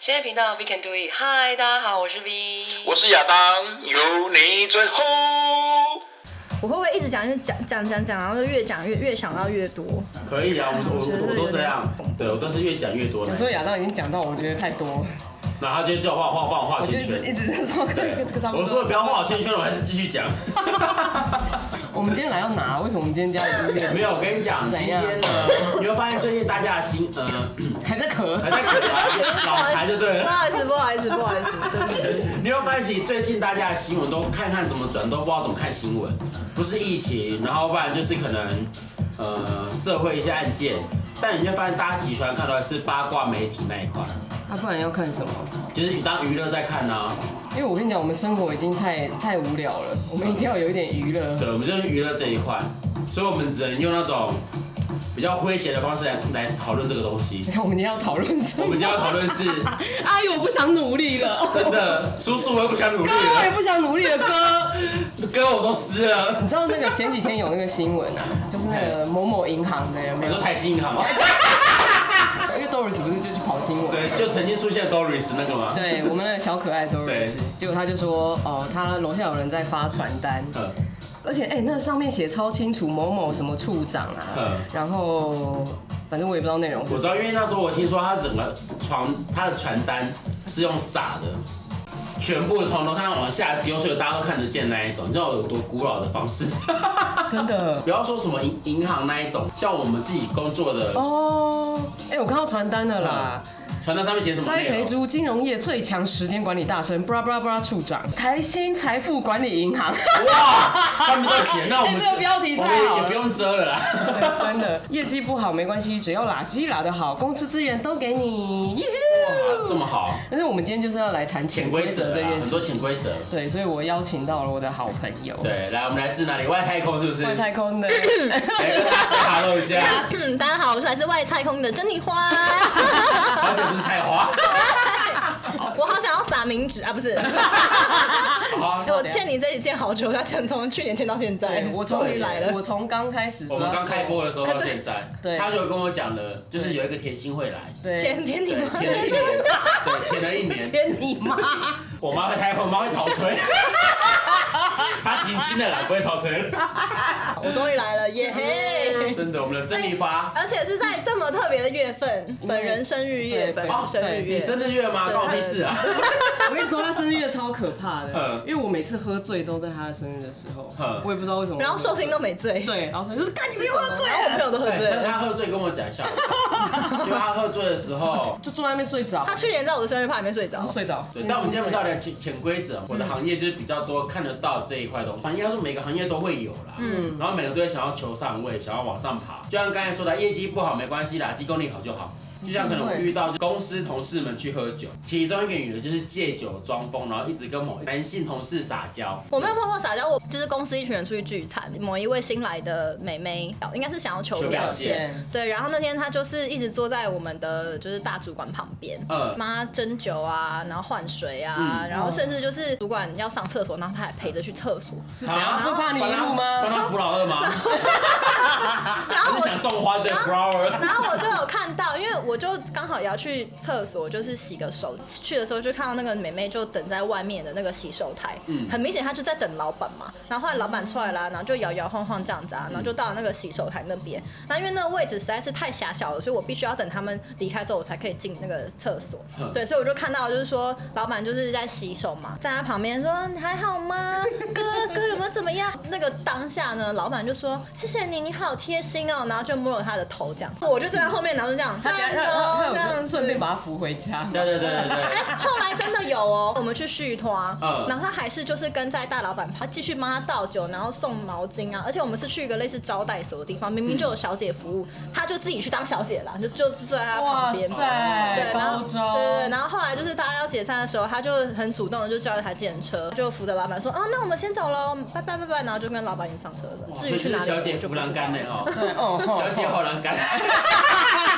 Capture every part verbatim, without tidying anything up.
深夜频道 We Can Do It， 嗨，大家好，我是 V， 我是亚当，有你最后。 我会不会一直讲讲讲讲讲，然后就越讲越越想到越多？ 可以啊，我我我我都这样，对我都是越讲越多的。 有时候亚当已经讲到我觉得太多， 然后他就叫我画画帮我画圈圈， 我就一直在说这个差不多。 我说不要画好圈圈了，我还是继续讲。 我们今天来要拿，为什么我们今天家里音乐？ 没有，我跟你讲，今天呢，你会发现最近大家的心呃还在咳， 还在咳啊，老台就对了。 不好意思，不好意思，不好意思，对不起，对不起。 你会发现，其实最近大家的新闻都看看怎么转，都不知道怎么看新闻。不是疫情，然后不然就是可能呃社会一些案件，但你就发现大家喜欢看到的是八卦媒体那一块。 那、啊、不然要看什么？ 就是当娱乐在看啊。 因为我跟你讲，我们生活已经太太无聊了，我们一定要有一点娱乐。 对，我们就是娱乐这一块，所以我们只能用那种比较诙谐的方式来来讨论这个东西。 那我们今天要讨论什么？ 我们今天要讨论是， 阿姨我不想努力了。 真的，叔叔我也不想努力了。哥我也不想努力了，哥。 哥我都湿了。 你知道那个前几天有那个新闻啊，就是那个某某银行的，有没有？ 你说台新银行吗？ 因为 Doris 不是就去跑新闻？ 对，就曾经出现 Doris 那个吗？ 对，我们那个小可爱 Doris， 结果他就说，哦，他楼下有人在发传单，嗯、而且哎、欸，那上面写超清楚某某什么处长啊，嗯、然后反正我也不知道内容。 我知道，因为那时候我听说他整个传他的传单是用撒的。全部统统看往下丢，所以大家都看得见那一种，你知道有多古老的方式？ 真的， 不要说什么银银行那一种，像我们自己工作的哦，哎、欸，我看到传单了啦。嗯传单上面写什么？ 栽培出金融业最强时间管理大神，布拉布拉布拉处长，台新财富管理银行。 哇，他们都写，那我们、 欸、这个标题太好了， 也不用遮了啦。 真的，业绩不好没关系，只要拉鸡拉得好，公司资源都给你。 哇，这么好！ 但是我们今天就是要来谈潜规则这件事， 很多潜规则。 对，所以我邀请到了我的好朋友。 对，来，我们来自哪里？外太空是不是？ 外太空的。 来跟大家 say hello 一下。 嗯，大家好，我是来自外太空的珍妮花。 而且不是菜花。 我好想要撒名纸啊，不是。我欠你这一件好久，要欠从去年欠到现在，我终于来了。 我从刚开始， 我们刚开播的时候到现在， 对， 他就跟我讲了，就是有一个甜心会来， 对， 甜甜你妈， 甜了一年，对，甜了一年， 甜你妈。 我妈会开会，我妈会草吹。他停经了啦，不会草吹。 我终于来了，耶嘿！ 真的，我们的珍妮发， 而且是在这么特别的月份，本人生日月，本人生日月。 你生日月吗？关我屁事啊！ 我跟你说，他生日月超可怕的，因为我每次喝醉都在他的生日的时候，我也不知道为什么。 然后寿星都没醉， 对，然后就是干你没喝醉， 然后我朋友都喝醉。 但是他喝醉跟我讲一下，因为他喝醉的时候就坐在那边睡着。 他去年在我的生日趴里面睡着， 睡着。 对，但我们今天不是要聊潜潜规则，我的行业就是比较多看得到这一块东西，应该说每个行业都会有啦，嗯，然后每个都会想要求上位，想要往上爬，就像刚才说的，业绩不好没关系啦，绩功力好就好。就像可能我遇到公司同事们去喝酒，其中一个女的就是借酒装疯，然后一直跟某男性同事撒娇。 我没有碰过撒娇，我就是公司一群人出去聚餐，某一位新来的妹妹，应该是想要求表现，对，然后那天她就是一直坐在我们的就是大主管旁边，嗯，帮她斟酒啊，然后换水啊，嗯、然后甚至就是主管要上厕所，然后她还陪着去厕所。 是怎样？会怕你一路吗？ 帮她扶老二吗？然后我是想送花的 flower。 然后我就有看到，因为我。我就刚好也要去厕所，就是洗个手。去的时候就看到那个妹妹就等在外面的那个洗手台，嗯，很明显她就在等老板嘛。然后后来老板出来啦，然后就摇摇晃晃这样子啊，然后就到了那个洗手台那边。那因为那个位置实在是太狭小了，所以我必须要等他们离开之后，我才可以进那个厕所。对，所以我就看到就是说，老板就是在洗手嘛，在他旁边说你还好吗？哥哥有没有怎么样？那个当下呢，老板就说谢谢你，你好贴心哦，然后就摸了他的头这样。我就站在后面，然后就这样。 他有顺便把他扶回家。 对对对对对。 哎，后来真的有哦，我们去续团，嗯，然后他还是就是跟在大老板旁，继续帮他倒酒，然后送毛巾啊，而且我们是去一个类似招待所的地方，明明就有小姐服务，他就自己去当小姐了，就就坐在他旁边。 哇塞， 对，然后高招。 对对对，然后后来就是大家要解散的时候，他就很主动的就叫一台计程车，就扶着老板说，哦，那我们先走喽，拜拜拜拜，然后就跟老板一起上车了。至于去哪里， 小姐扶栏杆呢？哦， 对哦， 小姐后栏杆。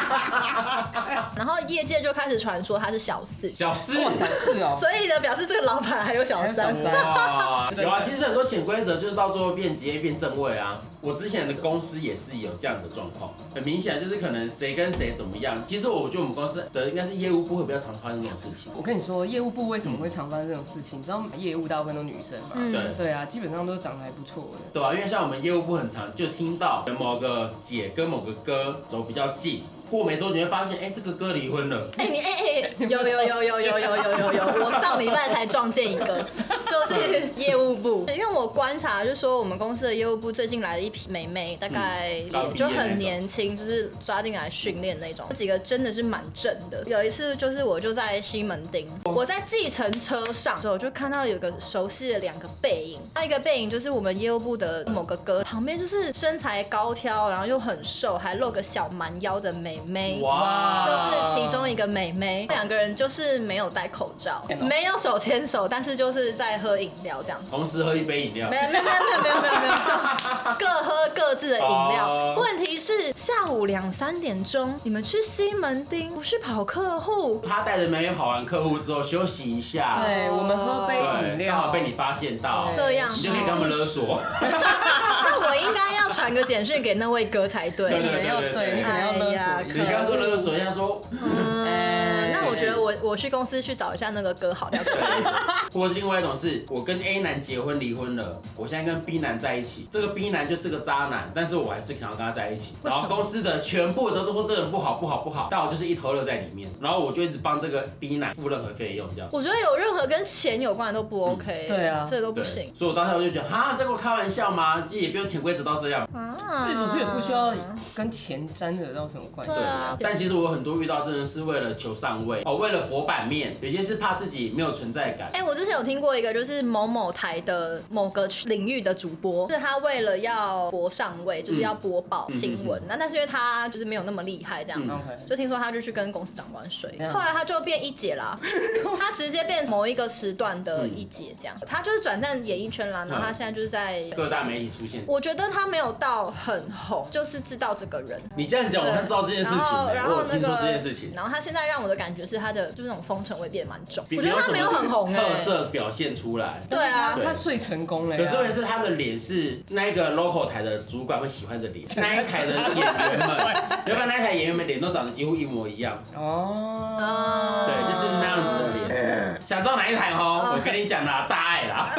然后业界就开始传说他是小四， 小四， 哇，小四哦， 所以呢，表示这个老板还有小三。 哇，有啊，其实很多潜规则就是到最后变职业变正位啊。我之前的公司也是有这样的状况，很明显就是可能谁跟谁怎么样。其实我觉得我们公司的应该是业务部会比较常发生这种事情。 我跟你说，业务部为什么会常发生这种事情？你知道业务大部分都女生嘛？ 嗯对对啊，基本上都长得还不错的。 对啊，因为像我们业务部很常就听到某个姐跟某个哥走比较近。过没多久，你会发现，哎、欸，这个哥离婚了。 哎、欸，你哎哎、欸，有有有有有有有有有，我上礼拜才撞见一个，就是业务部。因为我观察，就是说我们公司的业务部最近来了一批妹妹，大概嗯、 就很年轻，就是抓进来训练那种。几个真的是蛮正的。有一次就是我就在西门町，我在计程车上，我就看到有个熟悉的两个背影，那一个背影就是我们业务部的某个哥，旁边就是身材高挑，然后又很瘦，还露个小蛮腰的妹。妹，哇，就是其中一个妹妹，两个人就是没有戴口罩，没有手牵手，但是就是在喝饮料这样子， 同时喝一杯饮料， 没有没有没有没有没有没有，就各喝各自的饮料。哦、问题是下午两三点钟，你们去西门町不是跑客户？ 他带着妹妹跑完客户之后休息一下， 对，我们喝杯饮料， 刚好被你发现到， 这样你就可以跟他们勒索。 那我应该要传个简讯给那位哥才对， 对对对对对， 你可能要勒索。 你刚刚说勒索，人家说， 嗯，那我觉得我我去公司去找一下那个歌好了。 或者是另外一种是，我跟 A 男结婚离婚了，我现在跟 B 男在一起，这个 B 男就是个渣男，但是我还是想要跟他在一起。然后公司的全部都说这个人不好不好不好，但我就是一头热在里面，然后我就一直帮这个 B 男付任何费用，这样。 我觉得有任何跟钱有关的都不 OK，、嗯、 对啊， 这都不行。 所以我当时我就觉得，哈，在跟我开玩笑吗？这也不用潜规则到这样。 啊，对，手续也不需要跟钱沾惹到什么关系。 对啊。 但其实我有很多遇到真的是为了求上位哦，为了博版面，有些是怕自己没有存在感。 哎、欸，我之前有听过一个，就是某某台的某个领域的主播，是他为了要博上位，就是要播报新闻。那、嗯、但是因为他就是没有那么厉害，这样，嗯、就听说他就去跟公司长官睡，嗯、后来他就变一姐啦，他直接变某一个时段的一姐，这样，他就是转战演艺圈啦，然后他现在就是在各大媒体出现。 我觉得他没有到很红，就是知道这个人。 你这样讲，我才知道这件事情、欸。 然后，然后那个， 这件事情。 然后他现在让我的感觉是他的就是那种风尘味变得蛮重。我觉得他没有很红、欸， 特色表现出来。 对啊， 他睡成功了。 可是问题是他的脸是那个 local 台的主管会喜欢的脸，那一台的演员们，要不然那一台演员们脸都长得几乎一模一样。哦。对，就是那样子的脸。想知道哪一台哦？我跟你讲啦，大爱啦。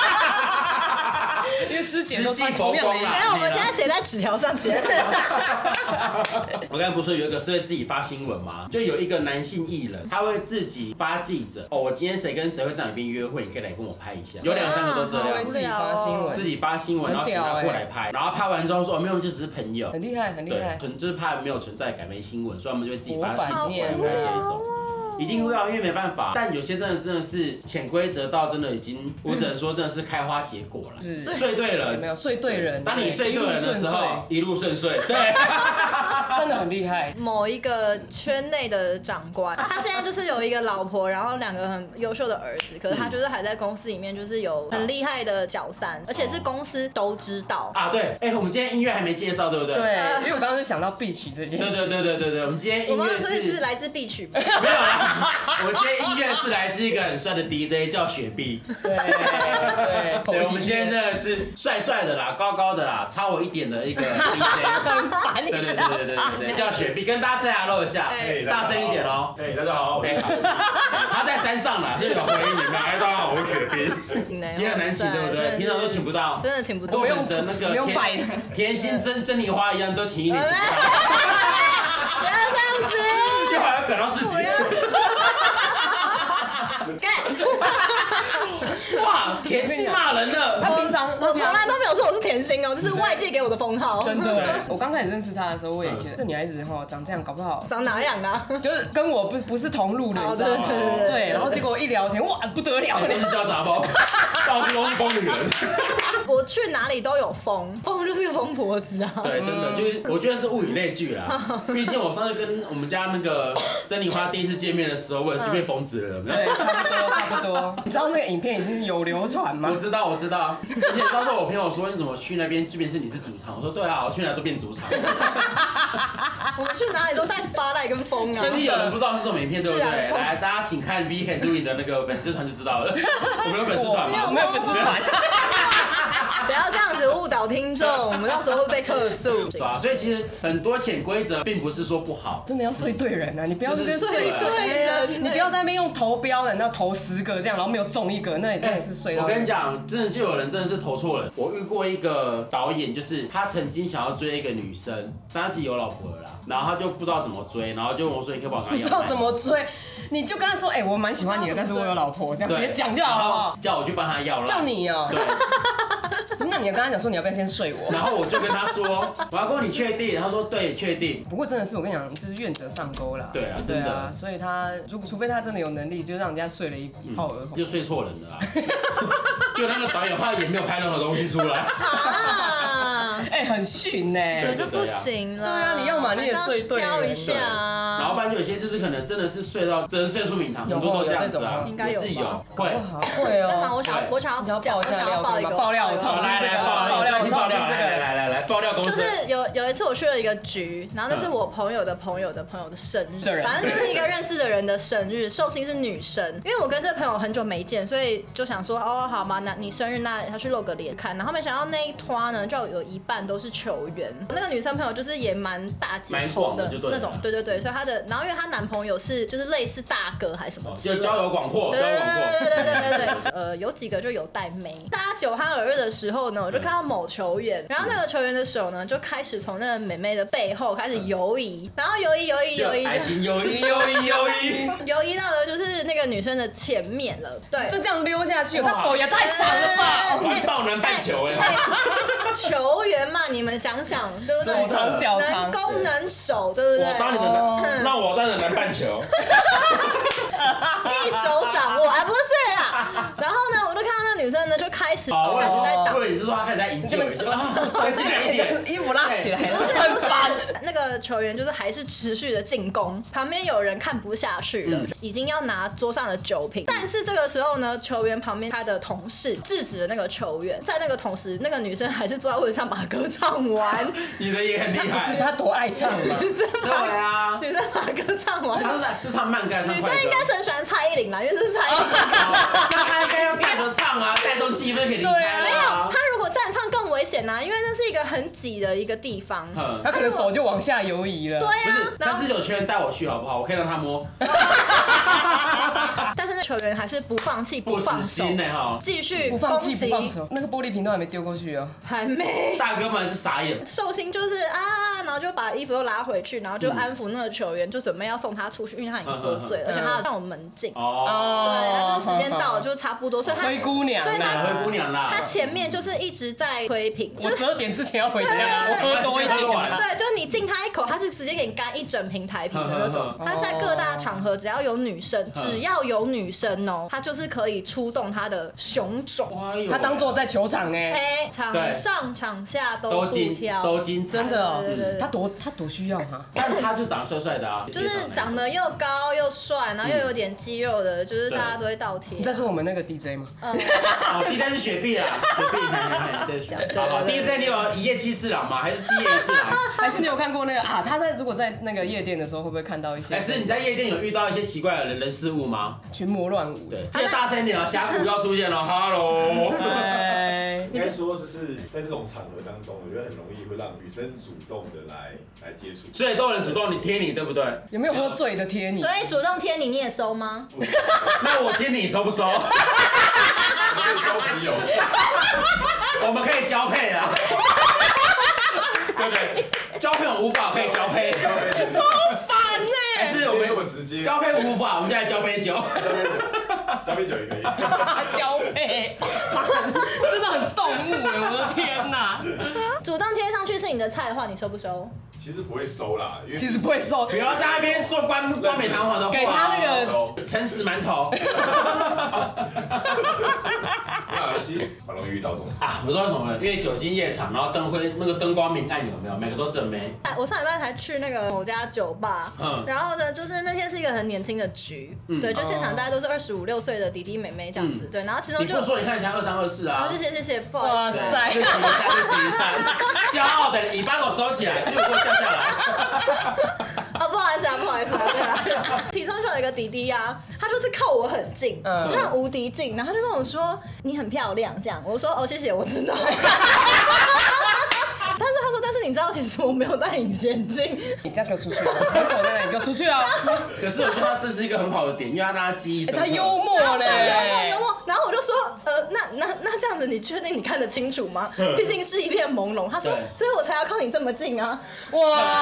因为师姐都穿同样的衣服。 没有，我们现在写在纸条上，写在纸条上。 我刚才不是说有一个是会自己发新闻吗？就有一个男性艺人，他会自己发记者哦，我今天谁跟谁会在哪边约会，你可以来跟我拍一下。有两三个都这样， 自己发新闻， 自己发新闻，然后请他过来拍，然后拍完之后说哦没有，就只是朋友， 很厉害，很厉害。 对，就是怕没有存在感，没新闻，所以他们就会自己发记者过来拍这一种。一定会要，因为没办法。但有些真的真的是潜规则到真的已经，我只能说真的是开花结果了。睡对人， 没有睡对人。 当你睡对人的时候，一路顺遂。对， 真的很厉害。 某一个圈内的长官，他现在就是有一个老婆，然后两个很优秀的儿子，可是他就是还在公司里面就是有很厉害的小三，而且是公司都知道。 啊，对，哎，我们今天音乐还没介绍，对不对？ 对，因为我刚刚就想到 B 曲这件事。 对对对对对对，我们今天音乐是是来自 B 曲。 没有啊。我今天音乐是来自一个很帅的 D J 叫雪碧，对对对，我们今天真的是帅帅的啦，高高的啦，超我一点的一个 D J， 很烦你对对对对对对，叫雪碧，跟大家 say hello 一下，大声一点哦。 哎，大家好， 他在山上啦，就有回应你们。哎，大家好，我是雪碧，也很难请，对不对？平常都请不到， 真的请不到， 跟我们的那个甜甜心真珍妮花一样，都请你请不到。 不要这样子， 就好像等到自己。哇，甜心骂人的。 他平常我从来都没有说我是甜心哦，这是外界给我的封号。 真的，我刚开始认识他的时候，我也觉得这女孩子哈长这样搞不好长哪样啊？ 就是跟我不不是同路的，你知道吗？对，然后结果一聊天，哇，不得了， 你是小杂包，到处都是疯女人。 我去哪里都有疯，疯就是个疯婆子啊。 对，真的就是我觉得是物以类聚啦。毕竟我上次跟我们家那个珍妮花第一次见面的时候，我也是被疯子了。 对，差不多差不多。你知道那个影片已经有流传吗？ 我知道，我知道。而且当时我朋友说你怎么去去那边，这边是你是主场。我说对啊，我去哪都变主场。 我们去哪里都带 spotlight 跟风啊。 肯定有人不知道是什么影片，对不对？ 是啊来，大家请看 V Can Do It 的那个粉丝团就知道了。我们有粉丝团吗？ 我没有粉丝团。 不要这样子误导听众，我们到时候会被客诉。 对啊，所以其实很多潜规则并不是说不好， 真的要睡对人啊！你不要这边睡对人， 你不要在那边用投标的，那投十个这样，然后没有中一个，那也真的是睡到。 我跟你讲，真的就有人真的是投错人。我遇过一个导演，就是他曾经想要追一个女生，但他自己有老婆了啦，然后他就不知道怎么追，然后就问我说：“你可以帮我跟他要？” 不知道怎么追，你就跟他说：“哎、欸，我蛮喜欢你的，但是我有老婆。”这样直接讲就好了。 叫我去帮他要了。 叫你哦、喔。 对。 那你要跟他讲说你要不要先睡我？ 然后我就跟他说，我要跟你确定。他说对，确定。 不过真的是我跟你讲，就是愿者上钩啦。 对啊，真的。 啊、所以他如果除非他真的有能力，就让人家睡了一炮而红， 就睡错人了啦。就那个导演他也没有拍任何东西出来。 哎、欸，很逊呢、欸， 对，就不行了。 对啊，你要嘛你也睡对人， 教一下啊。 然后不然就有些就是可能真的是睡到真的睡出名堂，很多都这样子啊， 应该有是有，会会哦。 干嘛？我想我想要爆一下料，爆一个爆料，我超来来爆料，爆料，来来来来爆料公司。 就是有有一次我去了一个局，然后那是我朋友的朋友的朋友的生日，反正就是一个认识的人的生日，寿星是女生。因为我跟这个朋友很久没见，所以就想说哦，好吧，那你生日那他去露个脸看。然后没想到那一团呢，就有一半都是球员。那个女生朋友就是也蛮大姐头的那种，对对对，所以她的，然后因为她男朋友是就是类似大哥还是什么， 就交友广阔， 对对对对对对对，呃，有几个就有带妹。大家酒酣耳热的时候呢，我就看到某球员，然后那个球员的手呢就开始从那个妹妹的背后开始游移，然后游移游移游移， 已经游移游移游移， 游移到了就是那个女生的前面了，对， 就这样溜下去，他手也太长了吧， 环抱南半球哎， 球员嘛，你们想想，对不对？ 手长脚长， 能攻能守，对不对？ 我当你的南，那我当你的南半球， 一手掌握，哎，不是啦。然后呢，我就看到那女生呢就开始开始在打， 对，你是说她开始在营救，手进来一点， 衣服拉起来， 很烦。那个球员就是还是持续的进攻，旁边有人看不下去了，已经要拿桌上的酒瓶，但是这个时候呢，球员旁边他的同事制止了那个球员，在那个同时，那个女生还是坐在位置上把歌唱完。 你的也很厉害， 不是她多爱唱吗？ 对啊， 女生把歌唱完， 她是唱慢歌， 女生应该是很喜欢蔡依林啦，因为这是蔡依林。 那她应该要站着唱啊，带动气氛给离开啊。 没有，她如果站唱更危险呐，因为那是一个很挤的一个地方， 她可能手就往下游移了。 对啊， 不是，但是有球员带我去好不好？我可以让他摸。 但是那球员还是不放弃，不放手，继续不放弃，不放手。那个玻璃瓶都还没丢过去哦， 还没。 大哥们是傻眼。 寿星就是啊，然后就把衣服都拉回去，然后就安抚那个球员，就准备要送他出去，因为他已经喝醉了，而且他像我门禁。哦。对，他就是时间到了，就差不多，所以他灰姑娘， 所以他灰姑娘啦。 他前面就是一直在推瓶。 我十二点之前要回家，我喝多一点。 对，就是你敬他一口，他是直接给你干一整瓶台啤的那种。他在各大场合只要有女生，只要有女生哦，他就是可以出动他的雄种。 他当作在球场哎， 哎，场上场下都不挑， 都精彩， 真的。对对对，他多他多需要哈， 但他就长得帅帅的啊， 就是长得又高又帅，然后又有点肌肉的，就是大家都会倒贴。 你在说我们那个 D J 吗？ 嗯， 哦 ，D J 是雪碧啦，雪碧，对，好好 ，D J 你有一夜七次郎吗？还是七夜一次郎？ 还是你有看过那个啊？他在如果在那个夜店的时候，会不会看到一些？ 还是你在夜店有遇到一些奇怪的人人事物吗？ 群魔乱舞。 对，记得大声一点哦，峡谷要出现了 ，Hello。 应该说就是在这种场合当中，我觉得很容易会让女生主动的来来接触， 所以都有人主动你贴你，对不对？ 有没有喝醉的贴你？ 所以主动贴你，你也收吗？ 那我贴你收不收？ 我可以交朋友， 我们可以交配啦，对不对？交朋友无法可以交配， 交配超烦呢。 还是我们这么直接？ 交配无法，我们就来交杯酒。 交杯酒也可以。 交配，真的很动物哎！我的天哪！ 主动贴上去是你的菜的话，你收不收？ 其实不会收啦，因为其实不会收， 不要在那边说冠冠冕堂皇的话， 给他那个诚实馒头。 其实蛮容易遇到这种事啊。我说什么？因为酒精夜场，然后灯会那个灯光明暗有没有？每个都正妹。 哎，我上礼拜才去那个某家酒吧，嗯，然后呢，就是那天是一个很年轻的局，嗯、对，就现场大家都是二十五六岁的弟弟妹妹这样子，嗯、对，然后其中就你不说你看起来二三二四啊？ 谢谢谢谢，不好意思， 哇塞， 就洗一下就洗一下，骄傲的尾巴给我收起来，又给我掉下来。 哦，不好意思啊，不好意思啊，对啊，体操就有一个弟弟啊，他就是靠我很近，嗯、就很无敌近，然后他就跟我说你很漂亮，这样，我说哦谢谢，我知道。他说他说，但是你知道，其实我没有戴隐形镜。 你这样给我出去！我在那里给我出去啊！ 可是我觉得他这是一个很好的点，因为他让他记忆深刻。 他幽默嘞， 幽默幽默。然后我就说，呃，那那那这样子，你确定你看得清楚吗？毕竟是一片朦胧。他说，所以我才要靠你这么近啊！哇！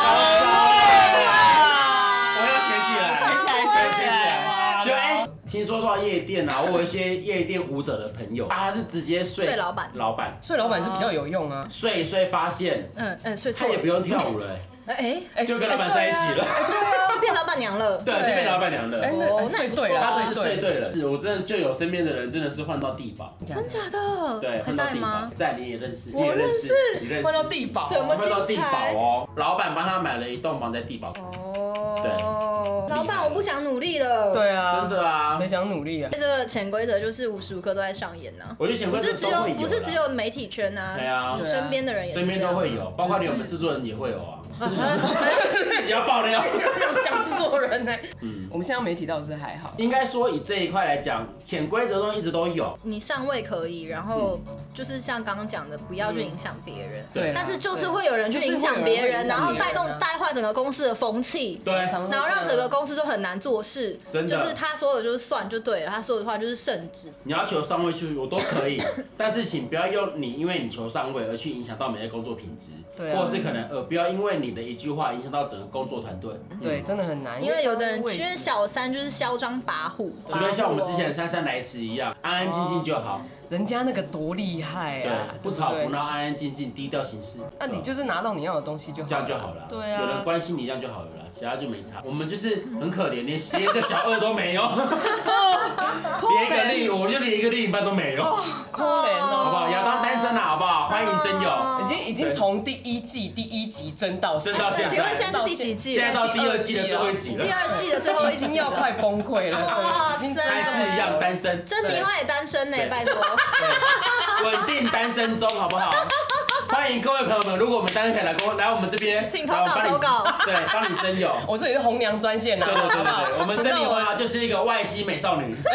我要写起来，写起来，写起来！就哎。听说说到夜店啊，我有一些夜店舞者的朋友，他是直接睡睡老板， 老板睡老板是比较有用啊。 睡一睡发现， 嗯嗯，睡他也不用跳舞了， 哎哎，就跟老板在一起了， 对啊，就变老板娘了， 对，就变老板娘了。 哎，那睡对了， 他真是睡对了。我真的就有身边的人真的是换到地堡， 真假的？ 对，换到地堡，在你也认识，你也认识，你认识， 换到地堡， 换到地堡哦，老板帮他买了一栋房在地堡。哦，对。 老板，我不想努力了。 对啊， 真的啊， 谁想努力啊？ 这个潜规则就是无时无刻都在上演呐。 我觉得潜规则都会有， 不是只有媒体圈呐，对啊，你身边的人也身边都会有，包括你我们制作人也会有啊。自己要爆料， 讲制作人呢？嗯，我们现在媒体倒是还好。 应该说以这一块来讲，潜规则中一直都有。 你上位可以，然后就是像刚刚讲的，不要去影响别人。 对。 但是就是会有人去影响别人，然后带动带坏整个公司的风气。 对。 然后让整个公司就很难做事。 真的。 就是他说的就是算就对了，他说的话就是圣旨。 你要求上位去，我都可以，但是请不要用你因为你求上位而去影响到每个工作品质，或者是可能呃不要因为你的一句话影响到整个工作团队。 对，真的很难。 因为有的人，因为小三就是嚣张跋扈， 除非像我们之前姗姗来迟一样，安安静静就好。 人家那个多厉害啊！ 对，不吵不闹，安安静静，低调行事。 那你就是拿到你要的东西就好， 这样就好了。 对啊， 有人关心你这样就好了啦，其他就没差。我们就是很可怜，连连一个小二都没有，连一个另，我就连一个另一半都没有， 可怜哦， 好不好？亚当单身啦，好不好？欢迎真友， 已经已经从第一季第一集争到争到现在， 请问现在是第几季？ 现在到第二季的最后一集了， 第二季的最后一集已经要快崩溃了， 已经还是一样单身， 真迷花也单身呢，拜托。 稳定单身中，好不好？欢迎各位朋友们，如果我们单身可以来跟来我们这边， 请投稿投稿， 对，帮你征友。 我这里是红娘专线啊， 对对对对对，我们真理花就是一个外星美少女。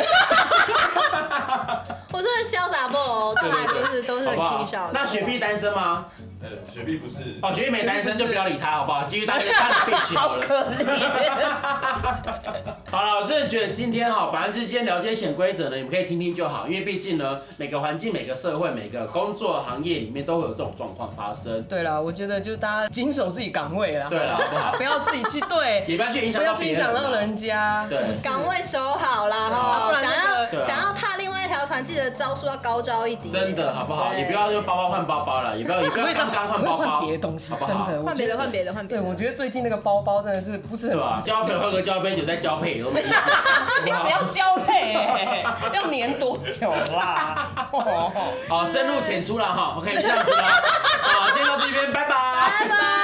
我真的潇洒不哦，看来就是都是很轻笑。 那雪碧单身吗？ 呃，雪碧不是。 哦，雪碧没单身就不要理他，好不好？继续单身，他被气好了。好了，我真的觉得今天哈，反正就是先了解潜规则呢，你们可以听听就好，因为毕竟呢，每个环境、每个社会、每个工作行业里面都会有这种状况发生。 对了，我觉得就是大家谨守自己岗位啦， 对了，好不好？ 不要自己去对， 也不要去影响到别人， 不要去影响到人家，是不是？ 岗位守好啦，哈，想要想要踏另外一条船，记得招数要高招一点， 真的好不好？也不要用包包换包包了，也不要也不要刚刚换包包。 别的东西真的， 换别的，换别的，换别的。对，我觉得最近那个包包真的是不是很。对吧？ 交朋友喝个交杯酒再交配也都没意思。 你只要交配，要黏多久啦？ 好，深入浅出了哈 ，OK， 这样子了。好，今天到这边，拜拜。 拜拜。